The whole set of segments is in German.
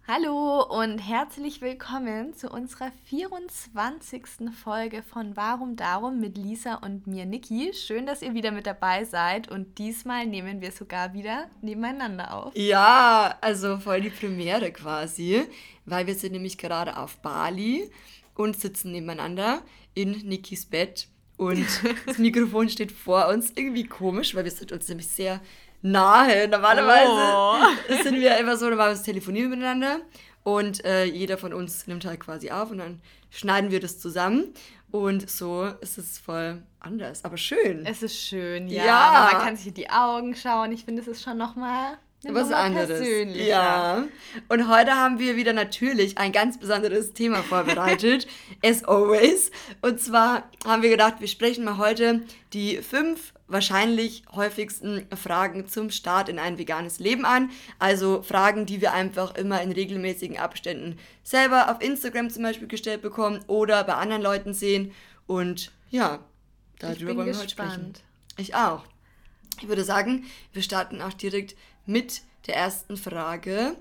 Hallo und herzlich willkommen zu unserer 24. Folge von Warum Darum mit Lisa und mir, Niki. Schön, dass ihr wieder mit dabei seid und diesmal nehmen wir sogar wieder nebeneinander auf. Ja, also voll die Premiere quasi, weil wir sind nämlich gerade auf Bali und sitzen nebeneinander in Nikis Bett und das Mikrofon steht vor uns. Irgendwie komisch, weil wir sind uns nämlich sehr nahe. Normalerweise sind wir immer so, normalerweise telefonieren wir miteinander und jeder von uns nimmt halt quasi auf und dann schneiden wir das zusammen. Und so ist es voll anders, aber schön. Es ist schön, ja. Ja. Man kann sich in die Augen schauen. Ich finde, es ist schon nochmal Was anderes. persönlicher. Ja. Und heute haben wir wieder natürlich ein ganz besonderes Thema vorbereitet, as always. Und zwar haben wir gedacht, wir sprechen mal heute die 5 wahrscheinlich häufigsten Fragen zum Start in ein veganes Leben an. Also Fragen, die wir einfach immer in regelmäßigen Abständen selber auf Instagram zum Beispiel gestellt bekommen oder bei anderen Leuten sehen. Und ja, darüber wollen wir heute sprechen. Ich auch. Ich würde sagen, wir starten auch direkt mit der ersten Frage.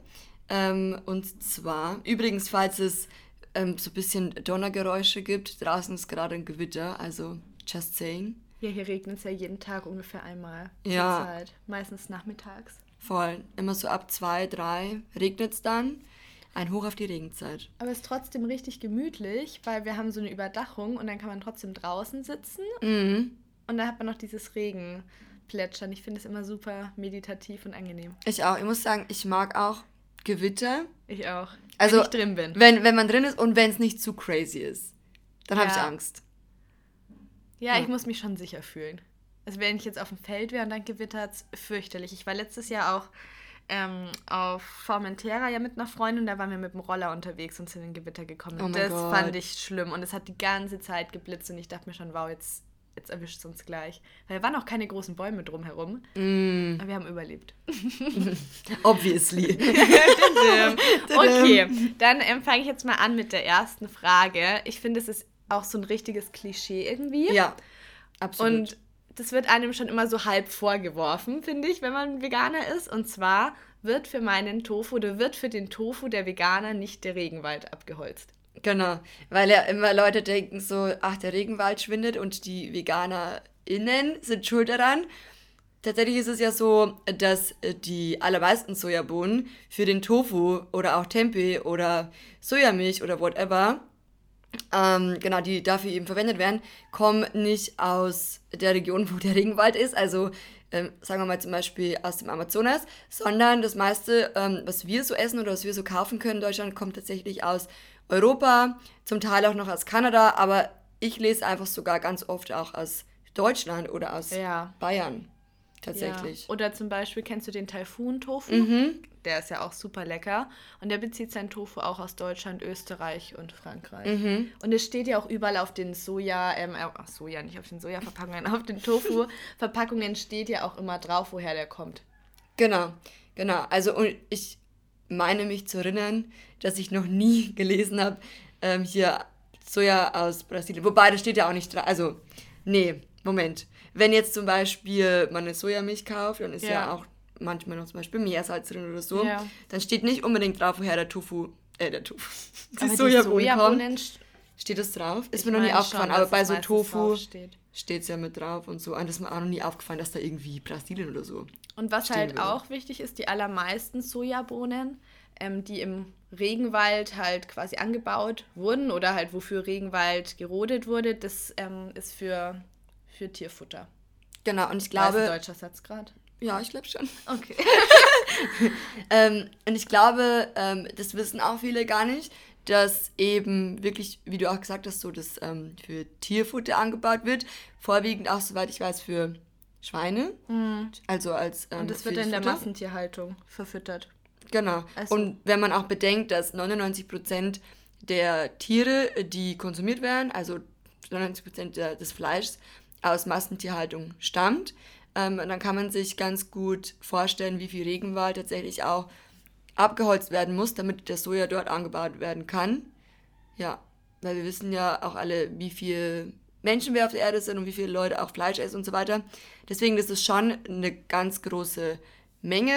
Und zwar, übrigens, falls es so ein bisschen Donnergeräusche gibt, draußen ist gerade ein Gewitter, also just saying. Ja, hier regnet es ja jeden Tag ungefähr einmal Ja. zur Zeit. Meistens nachmittags. Voll. Immer so ab 2, 3 regnet es dann. Ein Hoch auf die Regenzeit. Aber es ist trotzdem richtig gemütlich, weil wir haben so eine Überdachung und dann kann man trotzdem draußen sitzen. Mhm. Und dann hat man noch dieses Regenplätschern. Ich finde es immer super meditativ und angenehm. Ich auch. Ich muss sagen, ich mag auch Gewitter. Ich auch. Also, wenn ich drin bin. Wenn man drin ist und wenn es nicht zu crazy ist. Dann habe ich Ja. Angst. Ja, Ja. ich muss mich schon sicher fühlen. Also wenn ich jetzt auf dem Feld wäre und dann gewittert, fürchterlich. Ich war letztes Jahr auch auf Formentera ja mit einer Freundin und da waren wir mit dem Roller unterwegs und sind in Gewitter gekommen. Oh Und mein das Gott. fand ich schlimm und es hat die ganze Zeit geblitzt und ich dachte mir schon, wow, jetzt erwischt es uns gleich. Weil da waren auch keine großen Bäume drumherum, aber wir haben überlebt. Obviously. Okay, dann fange ich jetzt mal an mit der ersten Frage. Ich finde, es ist auch so ein richtiges Klischee irgendwie. Ja, absolut. Und das wird einem schon immer so halb vorgeworfen, finde ich, wenn man Veganer ist. Und zwar wird für den Tofu der Veganer nicht der Regenwald abgeholzt. Genau, weil ja immer Leute denken so, ach, der Regenwald schwindet und die VeganerInnen sind schuld daran. Tatsächlich ist es ja so, dass die allermeisten Sojabohnen für den Tofu oder auch Tempeh oder Sojamilch oder whatever, genau, die dafür eben verwendet werden, kommen nicht aus der Region, wo der Regenwald ist, also sagen wir mal zum Beispiel aus dem Amazonas, sondern das meiste, was wir so essen oder was wir so kaufen können in Deutschland, kommt tatsächlich aus Europa, zum Teil auch noch aus Kanada, aber ich lese einfach sogar ganz oft auch aus Deutschland oder aus Ja. Bayern, tatsächlich. Ja. Oder zum Beispiel, kennst du den Taifun-Tofu? Der ist ja auch super lecker. Und der bezieht seinen Tofu auch aus Deutschland, Österreich und Frankreich. Und es steht ja auch überall auf den Soja, nicht auf den Soja-Verpackungen, auf den Tofu-Verpackungen steht ja auch immer drauf, woher der kommt. Genau. Also und ich meine mich zu erinnern, dass ich noch nie gelesen habe, hier Soja aus Brasilien. Wobei, das steht ja auch nicht dran. Also, nee, Moment. Wenn jetzt zum Beispiel man eine Sojamilch kauft, dann ist ja auch manchmal noch zum Beispiel Meersalz drin oder so. Ja. Dann steht nicht unbedingt drauf, woher die Aber Sojabohnen kommen. Sojabohnen Steht das drauf? Ist Ich mir noch nie meine aufgefallen, schon, aber dass bei es so meistens Tofu draufsteht. steht es ja mit drauf und so. Und das ist mir auch noch nie aufgefallen, dass da irgendwie Brasilien oder so. Und was stehen halt würde. auch wichtig ist, die allermeisten Sojabohnen, die im Regenwald halt quasi angebaut wurden oder halt wofür Regenwald gerodet wurde, das ist für Tierfutter. Genau, und ich War das ein glaube... deutscher Satz gerade? Ja, ich glaube schon. Okay. Und ich glaube, das wissen auch viele gar nicht, dass eben wirklich, wie du auch gesagt hast, so das für Tierfutter angebaut wird. Vorwiegend auch, soweit ich weiß, für Schweine. Also als Und das für wird in der Futter. Massentierhaltung verfüttert. Genau. Also- Und wenn man auch bedenkt, dass 99% der Tiere, die konsumiert werden, also 99% des Fleischs aus Massentierhaltung stammt, dann kann man sich ganz gut vorstellen, wie viel Regenwald tatsächlich auch abgeholzt werden muss, damit der Soja dort angebaut werden kann. Ja, weil wir wissen ja auch alle, wie viel Menschen wir auf der Erde sind und wie viele Leute auch Fleisch essen und so weiter. Deswegen ist es schon eine ganz große Menge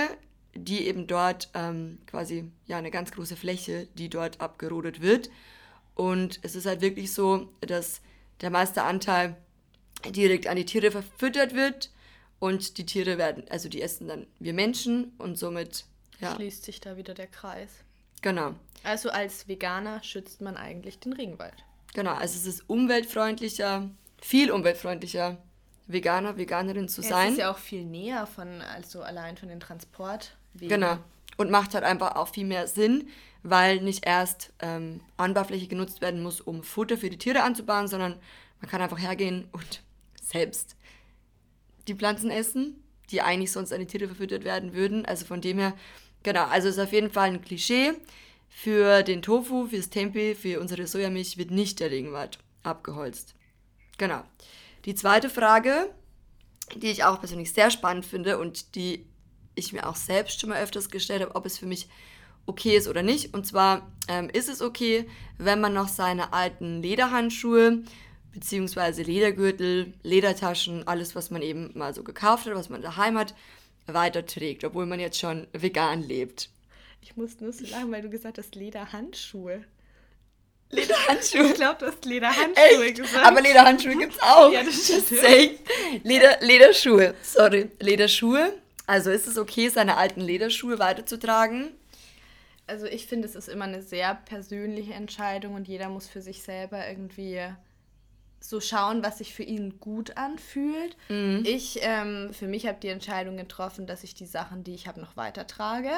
die eben dort quasi eine ganz große Fläche, die dort abgerodet wird. Und es ist halt wirklich so, dass der meiste Anteil direkt an die Tiere verfüttert wird und die Tiere die essen dann wir Menschen und somit, schließt sich da wieder der Kreis. Genau. Also als Veganer schützt man eigentlich den Regenwald. Genau, also es ist umweltfreundlicher, viel umweltfreundlicher, Veganerin zu sein. Es ist ja auch viel näher allein von den Transportwegen. Genau. Und macht halt einfach auch viel mehr Sinn, weil nicht erst Anbaufläche genutzt werden muss, um Futter für die Tiere anzubauen, sondern man kann einfach hergehen und selbst die Pflanzen essen, die eigentlich sonst an die Tiere verfüttert werden würden. Also von dem her, genau, also es ist auf jeden Fall ein Klischee. Für den Tofu, fürs Tempeh, für unsere Sojamilch wird nicht der Regenwald abgeholzt. Genau. Die zweite Frage, die ich auch persönlich sehr spannend finde und die ich mir auch selbst schon mal öfters gestellt habe, ob es für mich okay ist oder nicht. Und zwar ist es okay, wenn man noch seine alten Lederhandschuhe beziehungsweise Ledergürtel, Ledertaschen, alles, was man eben mal so gekauft hat, was man daheim hat, weiter trägt, obwohl man jetzt schon vegan lebt. Ich musste nur so lachen, weil du gesagt hast, Lederhandschuhe. Lederhandschuhe? Ich glaube, du hast Lederhandschuhe Echt? gesagt. Aber Lederhandschuhe gibt's auch. Ja, das stimmt. Lederschuhe. Sorry, Lederschuhe. Also ist es okay, seine alten Lederschuhe weiterzutragen? Also ich finde, es ist immer eine sehr persönliche Entscheidung und jeder muss für sich selber irgendwie so schauen, was sich für ihn gut anfühlt. Mhm. Für mich habe die Entscheidung getroffen, dass ich die Sachen, die ich habe, noch weitertrage.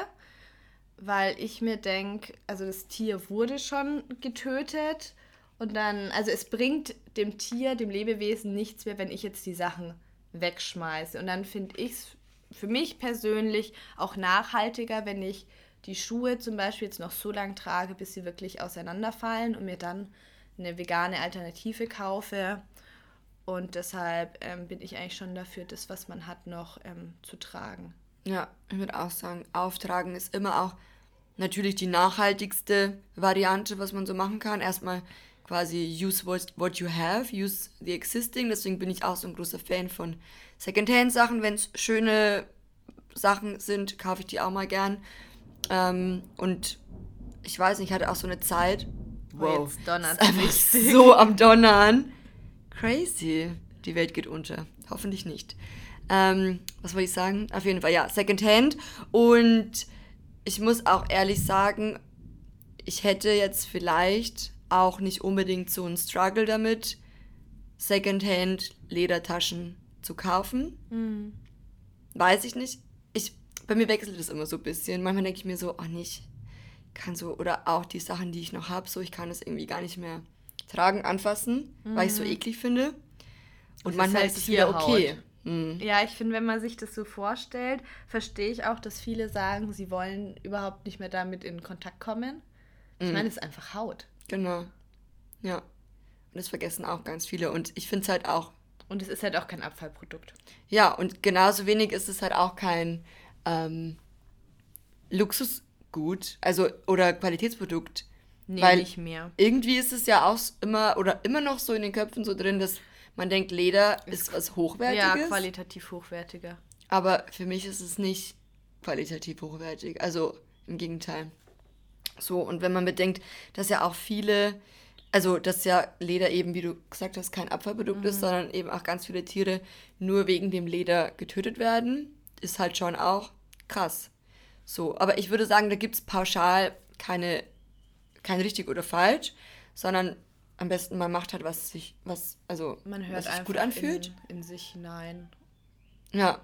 Weil ich mir denke, also das Tier wurde schon getötet und dann, also es bringt dem Tier, dem Lebewesen nichts mehr, wenn ich jetzt die Sachen wegschmeiße. Und dann finde ich es für mich persönlich auch nachhaltiger, wenn ich die Schuhe zum Beispiel jetzt noch so lange trage, bis sie wirklich auseinanderfallen und mir dann eine vegane Alternative kaufe. Und deshalb bin ich eigentlich schon dafür, das, was man hat, noch zu tragen. Ja, ich würde auch sagen, auftragen ist immer auch natürlich die nachhaltigste Variante, was man so machen kann. Erstmal quasi use what you have, use the existing. Deswegen bin ich auch so ein großer Fan von Secondhand-Sachen. Wenn es schöne Sachen sind, kaufe ich die auch mal gern. Und ich weiß nicht, ich hatte auch so eine Zeit, wow, jetzt donnert ist einfach so am Donnern. Crazy. Die Welt geht unter. Hoffentlich nicht. Was wollte ich sagen? Auf jeden Fall, ja, Secondhand. Und ich muss auch ehrlich sagen, ich hätte jetzt vielleicht auch nicht unbedingt so einen Struggle damit, Secondhand Ledertaschen zu kaufen. Mhm. Weiß ich nicht. Bei mir wechselt es immer so ein bisschen. Manchmal denke ich mir so, ich kann so, oder auch die Sachen, die ich noch habe, so, ich kann es irgendwie gar nicht mehr tragen, anfassen, weil ich es so eklig finde. Und manchmal ist es wieder okay. Ja, ich finde, wenn man sich das so vorstellt, verstehe ich auch, dass viele sagen, sie wollen überhaupt nicht mehr damit in Kontakt kommen. Ich meine, es ist einfach Haut. Genau. Ja. Und das vergessen auch ganz viele. Und ich finde es halt auch... Und es ist halt auch kein Abfallprodukt. Ja, und genauso wenig ist es halt auch kein Luxusgut, also oder Qualitätsprodukt. Nee, weil nicht mehr. Irgendwie ist es ja auch immer noch so in den Köpfen so drin, dass man denkt, Leder ist was Hochwertiges. Ja, qualitativ hochwertiger. Aber für mich ist es nicht qualitativ hochwertig. Also im Gegenteil. So, und wenn man bedenkt, dass ja auch viele, also dass ja Leder eben, wie du gesagt hast, kein Abfallprodukt ist, sondern eben auch ganz viele Tiere nur wegen dem Leder getötet werden, ist halt schon auch krass. So, aber ich würde sagen, da gibt es pauschal kein richtig oder falsch, sondern am besten man macht halt, was sich gut anfühlt. In sich hinein. Ja.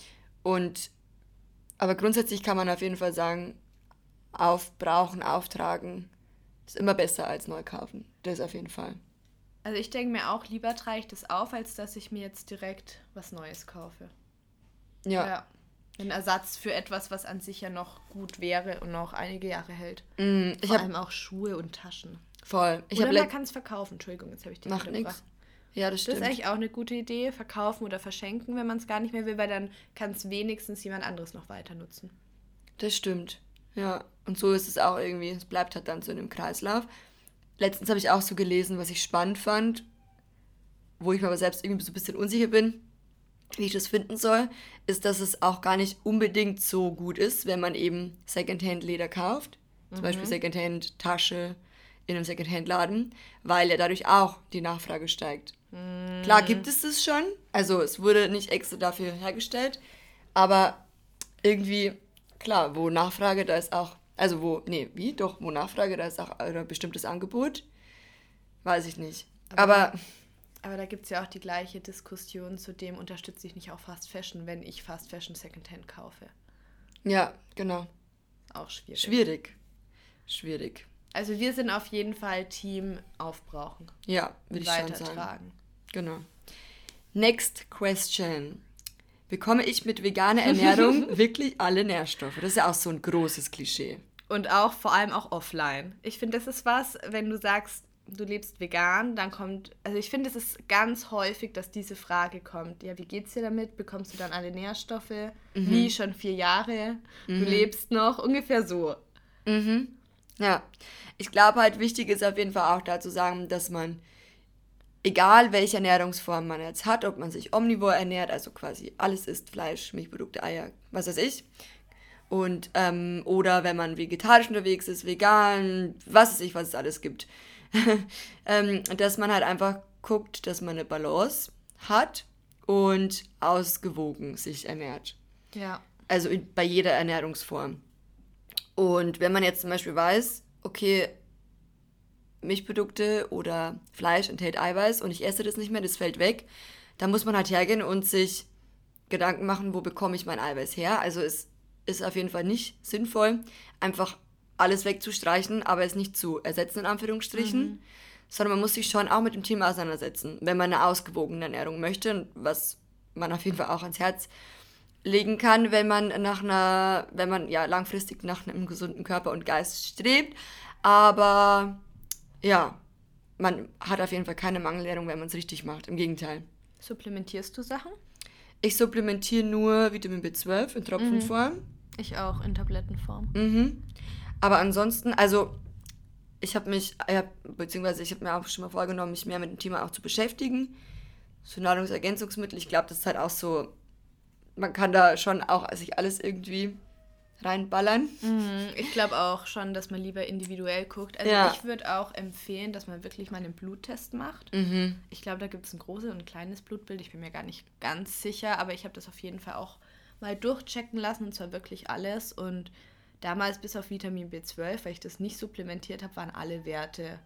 Aber grundsätzlich kann man auf jeden Fall sagen, auftragen, ist immer besser als neu kaufen. Das auf jeden Fall. Also ich denke mir auch, lieber trage ich das auf, als dass ich mir jetzt direkt was Neues kaufe. Ja. Ein Ersatz für etwas, was an sich ja noch gut wäre und noch einige Jahre hält. Vor allem auch Schuhe und Taschen. Voll. Oder man kann es verkaufen. Entschuldigung, jetzt habe ich dich Macht nichts. Ja, das stimmt. Das ist eigentlich auch eine gute Idee. Verkaufen oder verschenken, wenn man es gar nicht mehr will, weil dann kann es wenigstens jemand anderes noch weiter nutzen. Das stimmt. Ja, und so ist es auch irgendwie. Es bleibt halt dann so in einem Kreislauf. Letztens habe ich auch so gelesen, was ich spannend fand, wo ich mir aber selbst irgendwie so ein bisschen unsicher bin. wie ich das finden soll, ist, dass es auch gar nicht unbedingt so gut ist, wenn man eben Secondhand-Leder kauft. Zum Beispiel Secondhand-Tasche in einem Secondhand-Laden, weil ja dadurch auch die Nachfrage steigt. Klar gibt es das schon, also es wurde nicht extra dafür hergestellt, aber irgendwie, klar, wo Nachfrage, da ist auch, also wo Nachfrage, da ist auch ein bestimmtes Angebot, weiß ich nicht. Aber da gibt es ja auch die gleiche Diskussion, zu dem unterstütze ich nicht auch Fast Fashion, wenn ich Fast Fashion Secondhand kaufe. Ja, genau. Auch schwierig. Schwierig. Also wir sind auf jeden Fall Team aufbrauchen. Ja, würde ich schon sagen. Weitertragen. Genau. Next question. Bekomme ich mit veganer Ernährung wirklich alle Nährstoffe? Das ist ja auch so ein großes Klischee. Und auch vor allem auch offline. Ich finde, das ist was, wenn du sagst, du lebst vegan, dann kommt, also ich finde, es ist ganz häufig, dass diese Frage kommt, ja, wie geht's dir damit? Bekommst du dann alle Nährstoffe? Wie, schon 4 Jahre? Du lebst noch? Ungefähr so. Ja, ich glaube halt, wichtig ist auf jeden Fall auch da zu sagen, dass man, egal welche Ernährungsform man jetzt hat, ob man sich omnivor ernährt, also quasi alles isst, Fleisch, Milchprodukte, Eier, was weiß ich, und, oder wenn man vegetarisch unterwegs ist, vegan, was weiß ich, was es alles gibt, dass man halt einfach guckt, dass man eine Balance hat und ausgewogen sich ernährt. Ja. Also bei jeder Ernährungsform. Und wenn man jetzt zum Beispiel weiß, okay, Milchprodukte oder Fleisch enthält Eiweiß und ich esse das nicht mehr, das fällt weg, dann muss man halt hergehen und sich Gedanken machen, wo bekomme ich mein Eiweiß her. Also es ist auf jeden Fall nicht sinnvoll, einfach alles wegzustreichen, aber es nicht zu ersetzen, in Anführungsstrichen, sondern man muss sich schon auch mit dem Thema auseinandersetzen, wenn man eine ausgewogene Ernährung möchte, was man auf jeden Fall auch ans Herz legen kann, wenn man langfristig nach einem gesunden Körper und Geist strebt. Aber ja, man hat auf jeden Fall keine Mangelernährung, wenn man es richtig macht. Im Gegenteil. Supplementierst du Sachen? Ich supplementiere nur Vitamin B12 in Tropfenform. Ich auch, in Tablettenform. Aber ansonsten, also ich habe mir auch schon mal vorgenommen, mich mehr mit dem Thema auch zu beschäftigen. So Nahrungsergänzungsmittel, ich glaube, das ist halt auch so, man kann da schon auch sich alles irgendwie reinballern. Ich glaube auch schon, dass man lieber individuell guckt. Also ich würde auch empfehlen, dass man wirklich mal einen Bluttest macht. Ich glaube, da gibt es ein großes und ein kleines Blutbild. Ich bin mir gar nicht ganz sicher, aber ich habe das auf jeden Fall auch mal durchchecken lassen, und zwar wirklich alles. Und damals bis auf Vitamin B12, weil ich das nicht supplementiert habe, waren alle Werte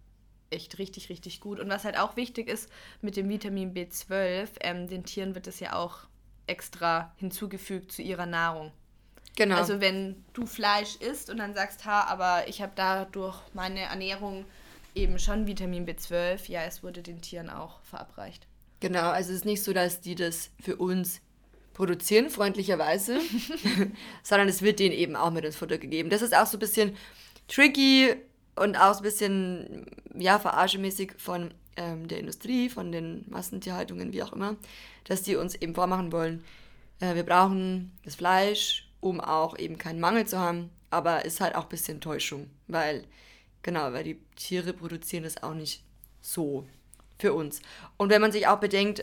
echt richtig, richtig gut. Und was halt auch wichtig ist mit dem Vitamin B12, den Tieren wird das ja auch extra hinzugefügt zu ihrer Nahrung. Genau. Also wenn du Fleisch isst und dann sagst, aber ich habe dadurch meine Ernährung eben schon Vitamin B12, ja, es wurde den Tieren auch verabreicht. Genau, also es ist nicht so, dass die das für uns produzieren, freundlicherweise, sondern es wird denen eben auch mit ins Futter gegeben. Das ist auch so ein bisschen tricky und auch so ein bisschen, verarschemäßig von der Industrie, von den Massentierhaltungen, wie auch immer, dass die uns eben vormachen wollen, wir brauchen das Fleisch, um auch eben keinen Mangel zu haben, aber ist halt auch ein bisschen Täuschung, weil die Tiere produzieren das auch nicht so für uns. Und wenn man sich auch bedenkt,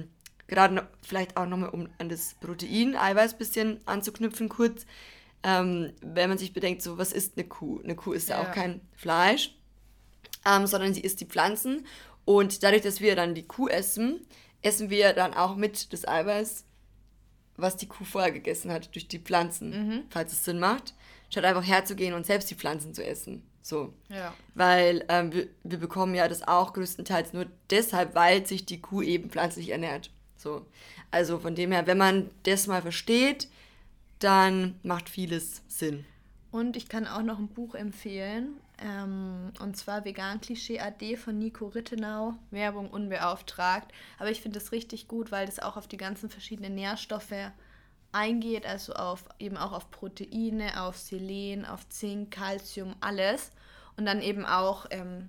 gerade vielleicht auch nochmal, um an das Protein-Eiweiß ein bisschen anzuknüpfen kurz, wenn man sich bedenkt, so was ist eine Kuh? Eine Kuh ist ja auch kein Fleisch, sondern sie isst die Pflanzen, und dadurch, dass wir dann die Kuh essen wir dann auch mit das Eiweiß, was die Kuh vorher gegessen hat, durch die Pflanzen, falls es Sinn macht, statt einfach herzugehen und selbst die Pflanzen zu essen. So. Ja. Weil wir bekommen ja das auch größtenteils nur deshalb, weil sich die Kuh eben pflanzlich ernährt. So. Also von dem her, wenn man das mal versteht, dann macht vieles Sinn. Und ich kann auch noch ein Buch empfehlen, und zwar Vegan Klischee AD von Nico Rittenau, Werbung unbeauftragt. Aber ich finde das richtig gut, weil das auch auf die ganzen verschiedenen Nährstoffe eingeht, also eben auch auf Proteine, auf Selen, auf Zink, Calcium, alles. Und dann eben auch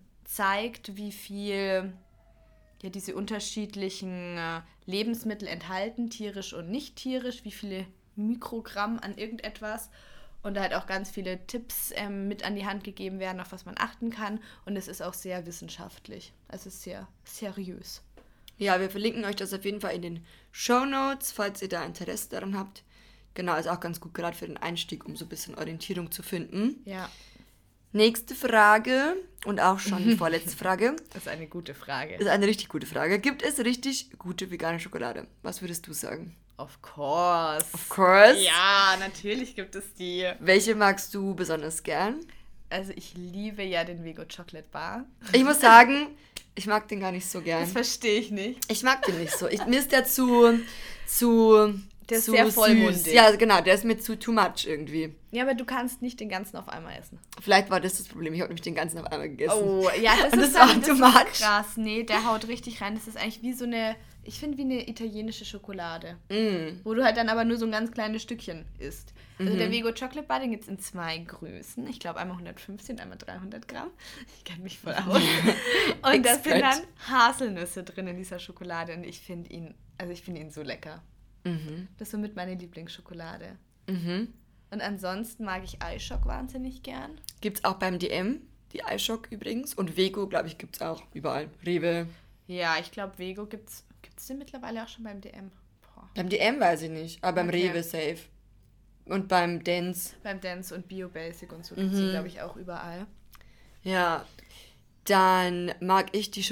zeigt, wie viel diese unterschiedlichen Lebensmittel enthalten, tierisch und nicht tierisch, wie viele Mikrogramm an irgendetwas. Und da halt auch ganz viele Tipps mit an die Hand gegeben werden, auf was man achten kann. Und es ist auch sehr wissenschaftlich. Also sehr seriös. Ja, wir verlinken euch das auf jeden Fall in den Shownotes, falls ihr da Interesse daran habt. Genau, ist auch ganz gut, gerade für den Einstieg, um so ein bisschen Orientierung zu finden. Ja. Nächste Frage und auch schon die vorletzte Frage. Das ist eine gute Frage. Ist eine richtig gute Frage. Gibt es richtig gute vegane Schokolade? Was würdest du sagen? Of course. Of course? Ja, natürlich gibt es die. Welche magst du besonders gern? Also ich liebe ja den Vego Chocolate Bar. Ich muss sagen, ich mag den gar nicht so gern. Das verstehe ich nicht. Ich mag den nicht so. Mir ist der zu Der ist zu sehr vollmundig. Süß. Ja, genau, der ist mir zu too much irgendwie. Ja, aber du kannst nicht den ganzen auf einmal essen. Vielleicht war das Problem. Ich habe nämlich den ganzen auf einmal gegessen. Oh, ja, das Und ist das war dann- too das much. ist krass. Nee, der haut richtig rein. Das ist eigentlich wie so eine, ich finde wie eine italienische Schokolade. Wo du halt dann aber nur so ein ganz kleines Stückchen isst. Also der Vego Chocolate Bar, den gibt es in 2 Größen. Ich glaube einmal 150 und einmal 300 Gramm. Ich kenne mich voll aus. Und da sind dann Haselnüsse drin in dieser Schokolade. Und ich finde ihn so lecker. Das ist somit meine Lieblingsschokolade. Und ansonsten mag ich iShock wahnsinnig gern. Gibt's auch beim DM, die iShock übrigens. Und Vego, glaube ich, gibt's auch überall. Rewe. Ja, ich glaube, Vego gibt's den mittlerweile auch schon beim DM. Boah. Beim DM weiß ich nicht, aber beim Okay. Rewe safe. Und beim Dance. Beim Dance und Bio Basic und so gibt's die, glaube ich, auch überall. Ja. Dann mag ich die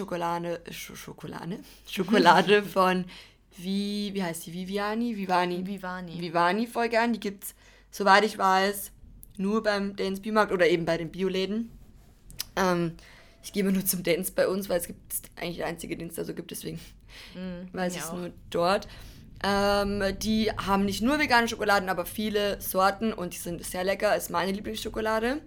Schokolade von wie heißt die? Vivani voll gern. Die gibt's, soweit ich weiß, nur beim Dance Biomarkt oder eben bei den Bioläden. Ich gehe immer nur zum Dance bei uns, weil es gibt eigentlich der einzige, den es da so gibt, deswegen weiß ich es nur dort. Die haben nicht nur vegane Schokoladen, aber viele Sorten und die sind sehr lecker. Ist meine Lieblingsschokolade.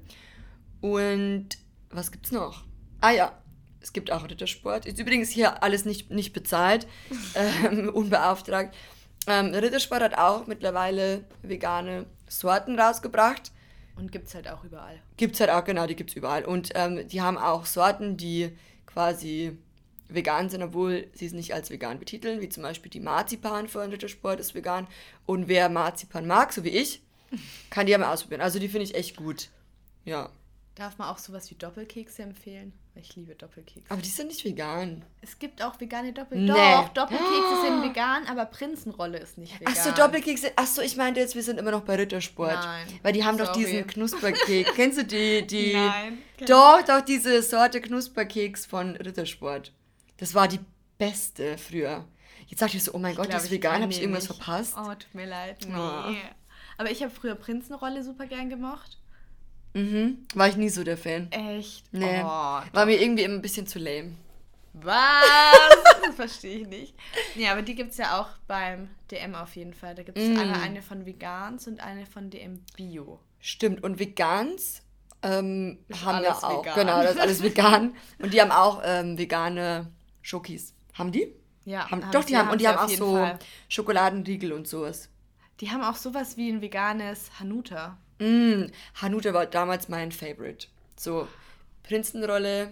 Und was gibt's noch? Ah ja, es gibt auch Rittersport. Ist übrigens hier alles nicht bezahlt, unbeauftragt. Rittersport hat auch mittlerweile vegane Sorten rausgebracht. Und gibt's halt auch überall. Gibt's halt auch, genau, die gibt's überall. Und die haben auch Sorten, die quasi vegan sind, obwohl sie es nicht als vegan betiteln, wie zum Beispiel die Marzipan von Rittersport ist vegan. Und wer Marzipan mag, so wie ich, kann die ja mal ausprobieren. Also die finde ich echt gut. Ja. Darf man auch sowas wie Doppelkekse empfehlen? Weil ich liebe Doppelkekse. Aber die sind nicht vegan. Es gibt auch vegane Nee. Doch, Doppelkekse sind vegan, aber Prinzenrolle ist nicht vegan. Achso, Doppelkekse. Achso, ich meinte jetzt, wir sind immer noch bei Rittersport. Nein. Weil die haben doch Sorry. diesen Knusperkeks. Kennst du die? Nein. Doch, diese Sorte Knusperkeks von Rittersport. Das war die beste früher. Jetzt dachte ich so, oh mein Gott, glaub, die ist vegan, habe ich kenn irgendwas die nicht. verpasst? Oh, tut mir leid. Nee. Oh. Aber ich habe früher Prinzenrolle super gern gemocht. War ich nie so der Fan. Echt? Nee. Oh, War mir irgendwie immer ein bisschen zu lame. was? Das verstehe ich nicht. Ja, aber die gibt es ja auch beim DM auf jeden Fall. Da gibt es einmal eine von Vegans und eine von DM Bio. Stimmt, und Vegans haben ja alles auch. vegan. Genau, das ist alles vegan. Und die haben auch vegane Schokis. Haben die? Ja, Doch, die haben. Und die sie haben auf auch jeden so Fall. Schokoladenriegel und sowas. Die haben auch sowas wie ein veganes Hanuta. Hanuta war damals mein Favorite. So, Prinzenrolle.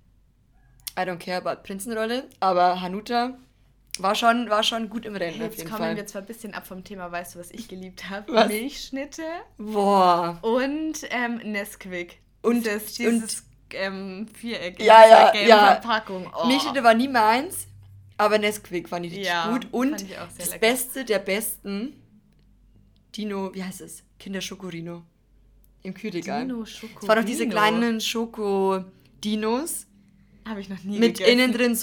I don't care about Prinzenrolle, aber Hanuta war schon gut im Rennen auf Jetzt jeden kommen Fall. wir zwar ein bisschen ab vom Thema, weißt du, was ich geliebt habe? Was? Milchschnitte Boah. und Nesquik. Und- dieses Viereck in Ja, dieser ja, gelben ja. Verpackung. Oh. Milchschnitte war nie meins, aber Nesquik fand ich richtig Ja, gut. Und fand ich auch sehr das lecker. Beste der Besten, Dino, wie heißt es? Kinderschoko-Rino. Im Kühlregal. Dino Es waren doch diese Schokorino. kleinen Schoko-Dinos Habe ich noch nie mit gegessen. innen drin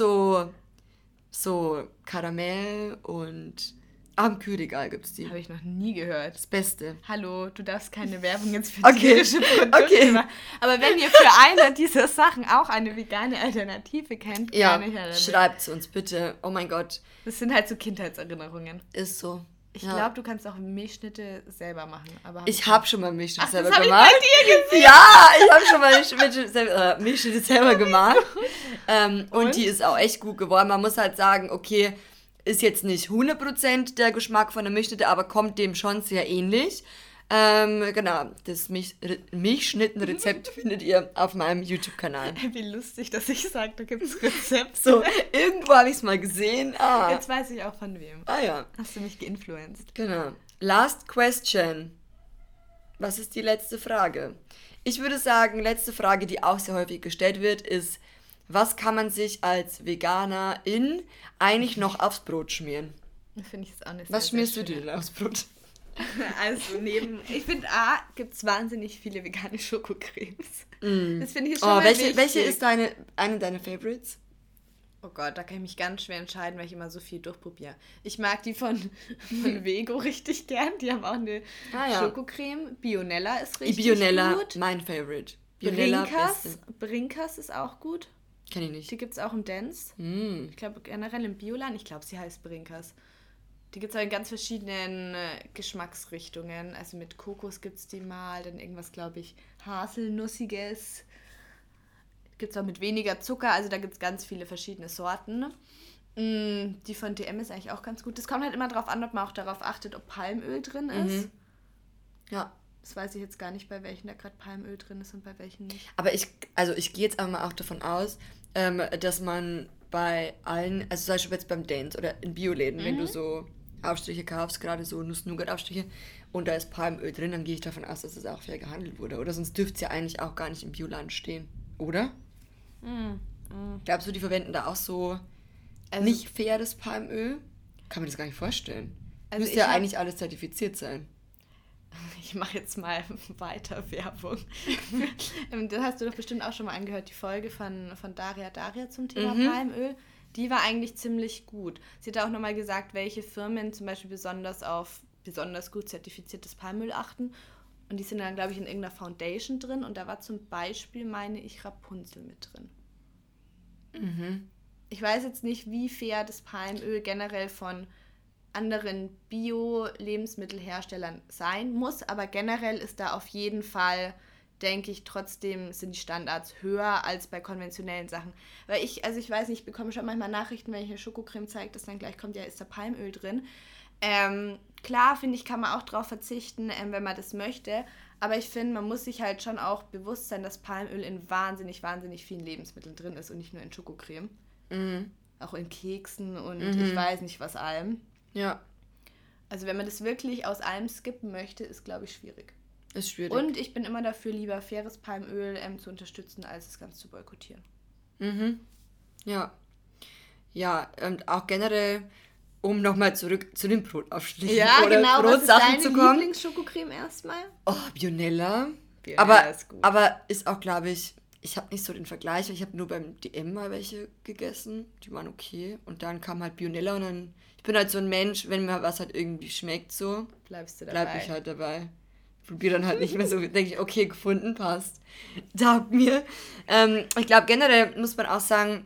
so Karamell und am Kühlregal gibt es die. Habe ich noch nie gehört. Das Beste. Hallo, du darfst keine Werbung jetzt für Okay, tierische Produkte okay. machen. Aber wenn ihr für eine dieser Sachen auch eine vegane Alternative kennt, Ja, gerne her damit. schreibt uns bitte. Oh mein Gott, Das sind halt so Kindheitserinnerungen. ist so. Ich Ja. glaube, du kannst auch Milchschnitte selber machen. Aber Ich habe schon mal Milchschnitte Ach, selber das hab ich gemacht. bei dir gesehen. Ja, ich habe schon mal Milchschnitte selber gemacht. Und die ist auch echt gut geworden. Man muss halt sagen, okay, ist jetzt nicht 100% der Geschmack von der Milchschnitte, aber kommt dem schon sehr ähnlich. Genau, das Milchschnittenrezept findet ihr auf meinem YouTube-Kanal. Wie lustig, dass ich sage, da gibt es Rezept. So, irgendwo habe ich es mal gesehen. Jetzt weiß ich auch von wem. Ja, Hast du mich geinfluenced? genau. Last question. Was ist die letzte Frage? Ich würde sagen, letzte Frage, die auch sehr häufig gestellt wird, ist, was kann man sich als Veganerin eigentlich noch aufs Brot schmieren? Finde ich jetzt auch nicht Was schmierst du dir denn aufs Brot? Also ich finde, gibt es wahnsinnig viele vegane Schokocremes. Das finde ich schon mal welche ist eine deiner Favorites? Oh Gott, da kann ich mich ganz schwer entscheiden, weil ich immer so viel durchprobiere. Ich mag die von Vego richtig gern. Die haben auch eine Schokocreme. Bionella ist richtig gut. Bionella, mein Favorite. Bionella, Brinkers ist auch gut. Kenn ich nicht. Die gibt es auch im Dance. Ich glaube generell im Bioland. Ich glaube, sie heißt Brinkers. Die gibt es auch in ganz verschiedenen Geschmacksrichtungen. Also mit Kokos gibt es die mal, dann irgendwas, glaube ich, Haselnussiges. Gibt es auch mit weniger Zucker, also da gibt es ganz viele verschiedene Sorten. Die von DM ist eigentlich auch ganz gut. Das kommt halt immer darauf an, ob man auch darauf achtet, ob Palmöl drin ist. Ja. Das weiß ich jetzt gar nicht, bei welchen da gerade Palmöl drin ist und bei welchen nicht. Aber ich gehe jetzt aber mal auch davon aus, dass man bei allen, also zum Beispiel jetzt beim Dance oder in Bioläden, wenn du so Aufstriche kaufst, gerade so Nuss-Nougat-Aufstriche, und da ist Palmöl drin, dann gehe ich davon aus, dass es auch fair gehandelt wurde. Oder sonst dürfte es ja eigentlich auch gar nicht im Bioladen stehen. Oder? Glaubst du, die verwenden da auch so nicht faires Palmöl? Kann man das gar nicht vorstellen. Also müsste ja eigentlich alles zertifiziert sein. Ich mache jetzt mal weiter Werbung. Das hast du doch bestimmt auch schon mal angehört, die Folge von Daria zum Thema Palmöl. Die war eigentlich ziemlich gut. Sie hat auch nochmal gesagt, welche Firmen zum Beispiel besonders auf besonders gut zertifiziertes Palmöl achten. Und die sind dann, glaube ich, in irgendeiner Foundation drin. Und da war zum Beispiel, meine ich, Rapunzel mit drin. Ich weiß jetzt nicht, wie fair das Palmöl generell von anderen Bio-Lebensmittelherstellern sein muss. Aber generell ist da auf jeden Fall, denke ich, trotzdem sind die Standards höher als bei konventionellen Sachen. Weil ich weiß nicht, ich bekomme schon manchmal Nachrichten, wenn ich eine Schokocreme zeige, dass dann gleich kommt, ja, ist da Palmöl drin. Klar, finde ich, kann man auch drauf verzichten, wenn man das möchte. Aber ich finde, man muss sich halt schon auch bewusst sein, dass Palmöl in wahnsinnig, wahnsinnig vielen Lebensmitteln drin ist und nicht nur in Schokocreme. Auch in Keksen und ich weiß nicht was allem. Ja. Also wenn man das wirklich aus allem skippen möchte, ist, glaube ich, schwierig. Ist schwierig. Und ich bin immer dafür, lieber faires Palmöl zu unterstützen, als es ganz zu boykottieren. Ja. Ja, und auch generell, um nochmal zurück zu den Brotaufstrichen oder genau, Brotsachen zu kommen. Was ist deine Lieblingsschokocreme erstmal? Oh, Bionella. Ist gut. Aber ist auch, glaube ich habe nicht so den Vergleich, ich habe nur beim DM mal welche gegessen, die waren okay. Und dann kam halt Bionella und dann, ich bin halt so ein Mensch, wenn mir was halt irgendwie schmeckt so, bleibst du dabei. Bleib ich halt dabei. Probiere dann halt nicht mehr so, denke ich, okay, gefunden, passt. Taugt mir. Ich glaube, generell muss man auch sagen,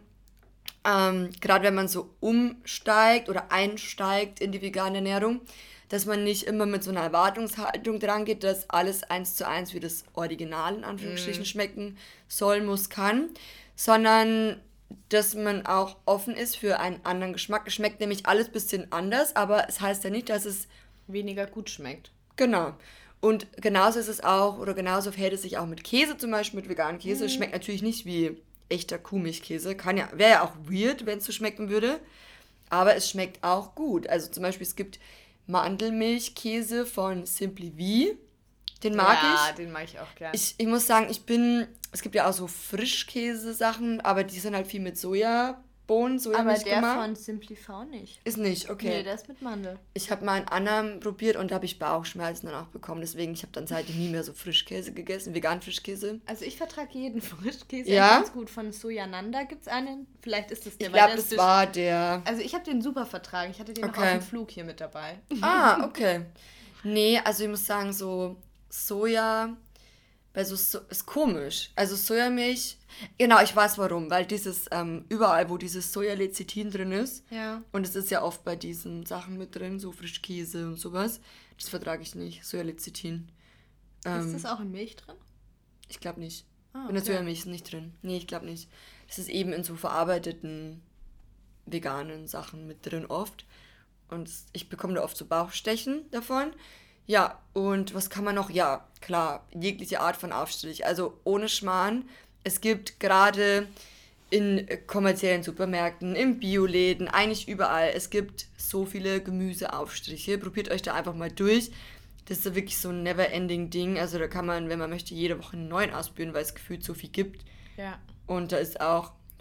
gerade wenn man so umsteigt oder einsteigt in die vegane Ernährung, dass man nicht immer mit so einer Erwartungshaltung dran geht, dass alles 1:1 wie das Original in Anführungsstrichen schmecken soll, muss, kann, sondern dass man auch offen ist für einen anderen Geschmack. Es schmeckt nämlich alles ein bisschen anders, aber es heißt ja nicht, dass es weniger gut schmeckt. Genau. Und genauso ist es auch, oder genauso verhält es sich auch mit Käse zum Beispiel, mit veganem Käse. Schmeckt natürlich nicht wie echter Kuhmilchkäse. Wäre ja auch weird, wenn es so schmecken würde. Aber es schmeckt auch gut. Also zum Beispiel, es gibt Mandelmilchkäse von Simply V. Den mag ich. Ja, den mag ich auch gerne. Ich muss sagen, es gibt ja auch so Frischkäse-Sachen, aber die sind halt viel mit Sojabohnen, Sojamilch gemacht. Aber der von Simply V nicht. Ist nicht, okay. Nee, der ist mit Mandel. Ich habe mal einen anderen probiert und da habe ich Bauchschmerzen dann auch bekommen. Deswegen, ich habe dann seitdem nie mehr so Frischkäse gegessen, veganen Frischkäse. Also ich vertrage jeden Frischkäse. Ja? Ganz gut. Von Sojananda gibt es einen. Vielleicht ist das der. Ich glaube, das war der. Also ich habe den super vertragen. Ich hatte den noch auf dem Flug hier mit dabei. Ah, okay. Nee, also ich muss sagen, so Soja, weil ist komisch. Also Sojamilch, genau, ich weiß warum, weil dieses, überall, wo dieses Sojalecithin drin ist, ja. Und es ist ja oft bei diesen Sachen mit drin, so Frischkäse und sowas, das vertrage ich nicht, Sojalecithin. Ist das auch in Milch drin? Ich glaube nicht. Okay. In der Sojamilch ist nicht drin. Nee, ich glaube nicht. Das ist eben in so verarbeiteten veganen Sachen mit drin oft. Und ich bekomme da oft so Bauchstechen davon. Ja, und was kann man noch? Ja, klar, jegliche Art von Aufstrich. Also ohne Schmarrn. Es gibt gerade in kommerziellen Supermärkten, in Bioläden, eigentlich überall. Es gibt so viele Gemüseaufstriche. Probiert euch da einfach mal durch. Das ist ja wirklich so ein never-ending-Ding. Also da kann man, wenn man möchte, jede Woche einen neuen ausprobieren, weil es gefühlt so viel gibt. Ja. Und da ist auch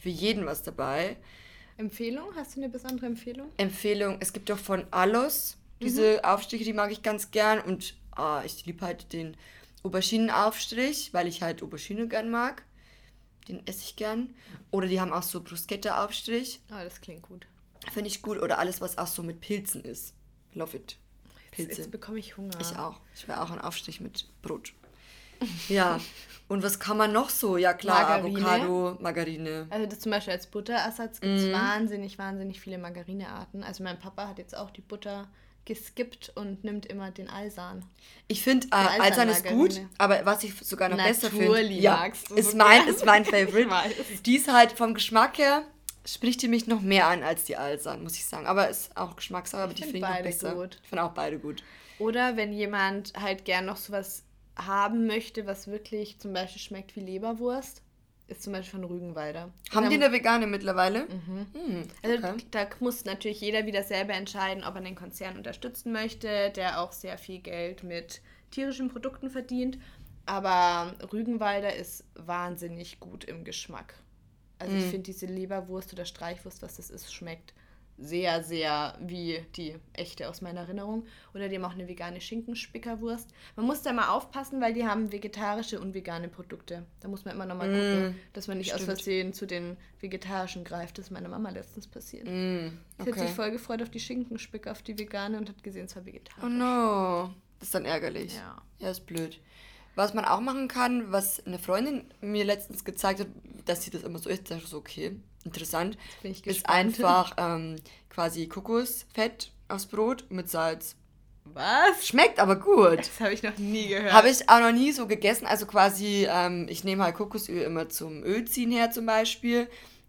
für jeden was dabei. Empfehlung? Hast du eine besondere Empfehlung? Empfehlung, es gibt doch von Allos diese Aufstriche, die mag ich ganz gern. Und ich liebe halt den Auberginenaufstrich, weil ich halt Aubergine gern mag. Den esse ich gern. Oder die haben auch so Bruschetta-Aufstrich. Das klingt gut. Finde ich gut. Oder alles, was auch so mit Pilzen ist. Love it. Pilze. Jetzt bekomme ich Hunger. Ich auch. Ich will auch einen Aufstrich mit Brot. Ja. Und was kann man noch so? Ja klar, Margarine. Avocado, Margarine. Also das zum Beispiel als Butterersatz gibt es wahnsinnig viele Margarinearten. Also mein Papa hat jetzt auch die Butter geskippt und nimmt immer den Alsan. Ich finde, Alsan ist gut, aber was ich sogar noch besser finde, ist mein Favorite. Die ist halt vom Geschmack her, spricht die mich noch mehr an als die Alsan, muss ich sagen. Aber ist auch Geschmackssache, aber die finde ich noch besser. Gut. Ich finde auch beide gut. Oder wenn jemand halt gern noch sowas haben möchte, was wirklich zum Beispiel schmeckt wie Leberwurst, ist zum Beispiel von Rügenwalder. Haben die eine vegane mittlerweile? Also da muss natürlich jeder wieder selber entscheiden, ob er den Konzern unterstützen möchte, der auch sehr viel Geld mit tierischen Produkten verdient. Aber Rügenwalder ist wahnsinnig gut im Geschmack. Also ich finde diese Leberwurst oder Streichwurst, was das ist, schmeckt sehr, sehr wie die echte aus meiner Erinnerung. Oder die haben auch eine vegane Schinkenspickerwurst. Man muss da mal aufpassen, weil die haben vegetarische und vegane Produkte. Da muss man immer noch mal gucken, dass man nicht aus Versehen zu den vegetarischen greift. Das ist meiner Mama letztens passiert. Sie hat sich voll gefreut auf die Schinkenspicker, auf die vegane und hat gesehen, es war vegetarisch. Oh no, das ist dann ärgerlich. Ja, ist blöd. Was man auch machen kann, was eine Freundin mir letztens gezeigt hat, dass sie das immer so isst, das ist so okay. Interessant, ist einfach quasi Kokosfett aufs Brot mit Salz. Was? Schmeckt aber gut. Das habe ich noch nie gehört. Habe ich auch noch nie so gegessen. Also quasi, ich nehme halt Kokosöl immer zum Ölziehen her zum Beispiel.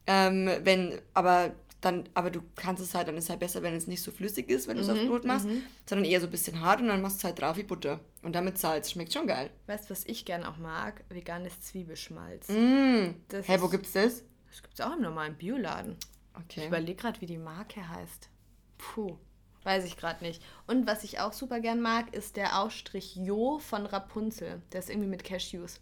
Aber du kannst es halt, dann ist es halt besser, wenn es nicht so flüssig ist, wenn du es aufs Brot machst, sondern eher so ein bisschen hart und dann machst du es halt drauf wie Butter. Und damit Salz. Schmeckt schon geil. Weißt du, was ich gern auch mag? Veganes Zwiebelschmalz. Wo gibt's das? Das gibt es auch im normalen Bioladen. Okay. Ich überlege gerade, wie die Marke heißt. Weiß ich gerade nicht. Und was ich auch super gern mag, ist der Aufstrich Jo von Rapunzel. Der ist irgendwie mit Cashews.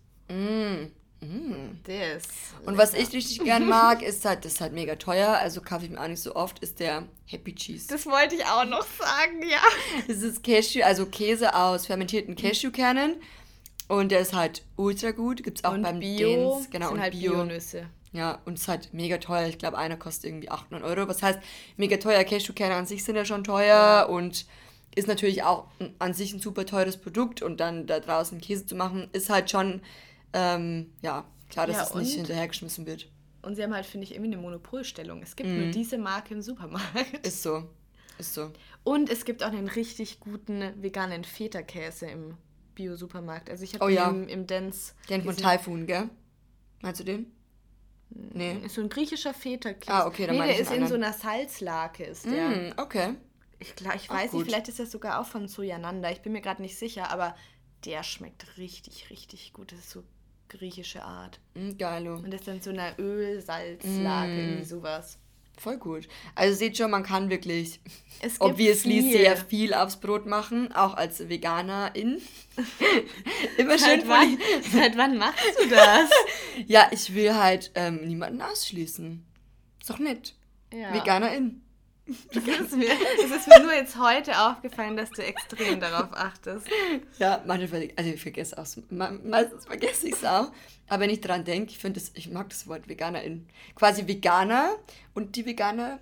Der ist Und lecker. Was ich richtig gern mag, ist halt, das ist halt mega teuer, also kaufe ich mir auch nicht so oft, ist der Happy Cheese. Das wollte ich auch noch sagen, ja. Das ist Käse aus fermentierten Cashewkernen. Und der ist halt ultra gut. Gibt es auch beim Bio. Dens. Genau, sind und halt Bio. Bio-Nüsse. Ja, und es ist halt mega teuer. Ich glaube, einer kostet irgendwie 800 €. Was heißt, mega teuer. Cashewkerne an sich sind ja schon teuer und ist natürlich auch an sich ein super teures Produkt. Und dann da draußen Käse zu machen, ist halt schon, klar, dass es nicht hinterhergeschmissen wird. Und sie haben halt, finde ich, irgendwie eine Monopolstellung. Es gibt nur diese Marke im Supermarkt. Ist so. Und es gibt auch einen richtig guten veganen Feta-Käse im Bio-Supermarkt. Also ich habe im Dens... Den von Typhoon, gell? Meinst du den? Nee. Ist so ein griechischer Feta-Käse. Okay, dann meine ich der ist in so einer Salzlake, ist der. Okay. Ich weiß nicht, vielleicht ist das sogar auch von Sojananda. Ich bin mir gerade nicht sicher, aber der schmeckt richtig, richtig gut. Das ist so griechische Art. Geilo. Und das ist dann so eine Öl-Salzlake, irgendwie sowas. Voll gut. Also seht schon, man kann wirklich obviously sehr viel aufs Brot machen, auch als Veganerin. Immer schön Seit wann machst du das? Ja, ich will halt niemanden ausschließen. Ist doch nett. Ja. Veganerin. Es ist mir nur jetzt heute aufgefallen, dass du extrem darauf achtest. Ja, ich vergesse auch, meistens vergesse ich es auch. Aber wenn ich dran denke, ich mag das Wort Veganerin. Quasi Veganer und die Veganer,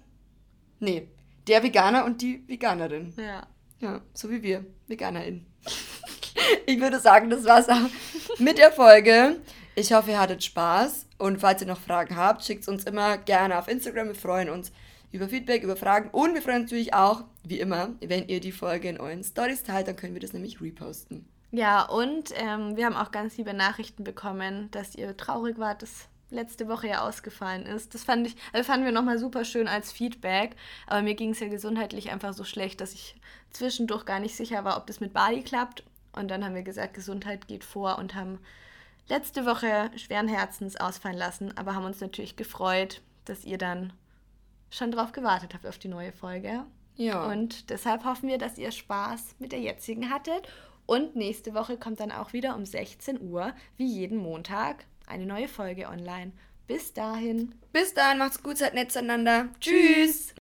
der Veganer und die Veganerin. Ja. Ja, so wie wir, Veganerin. Ich würde sagen, das war's auch mit der Folge. Ich hoffe, ihr hattet Spaß. Und falls ihr noch Fragen habt, schickt es uns immer gerne auf Instagram. Wir freuen uns über Feedback, über Fragen. Und wir freuen uns natürlich auch, wie immer, wenn ihr die Folge in euren Stories teilt, dann können wir das nämlich reposten. Ja, und wir haben auch ganz liebe Nachrichten bekommen, dass ihr traurig wart, dass letzte Woche ja ausgefallen ist. Das fanden wir nochmal super schön als Feedback. Aber mir ging es ja gesundheitlich einfach so schlecht, dass ich zwischendurch gar nicht sicher war, ob das mit Bali klappt. Und dann haben wir gesagt, Gesundheit geht vor und haben letzte Woche schweren Herzens ausfallen lassen. Aber haben uns natürlich gefreut, dass ihr dann schon drauf gewartet habt auf die neue Folge. Ja. Und deshalb hoffen wir, dass ihr Spaß mit der jetzigen hattet. Und nächste Woche kommt dann auch wieder um 16 Uhr, wie jeden Montag, eine neue Folge online. Bis dahin. Bis dann, macht's gut, seid nett zueinander. Tschüss.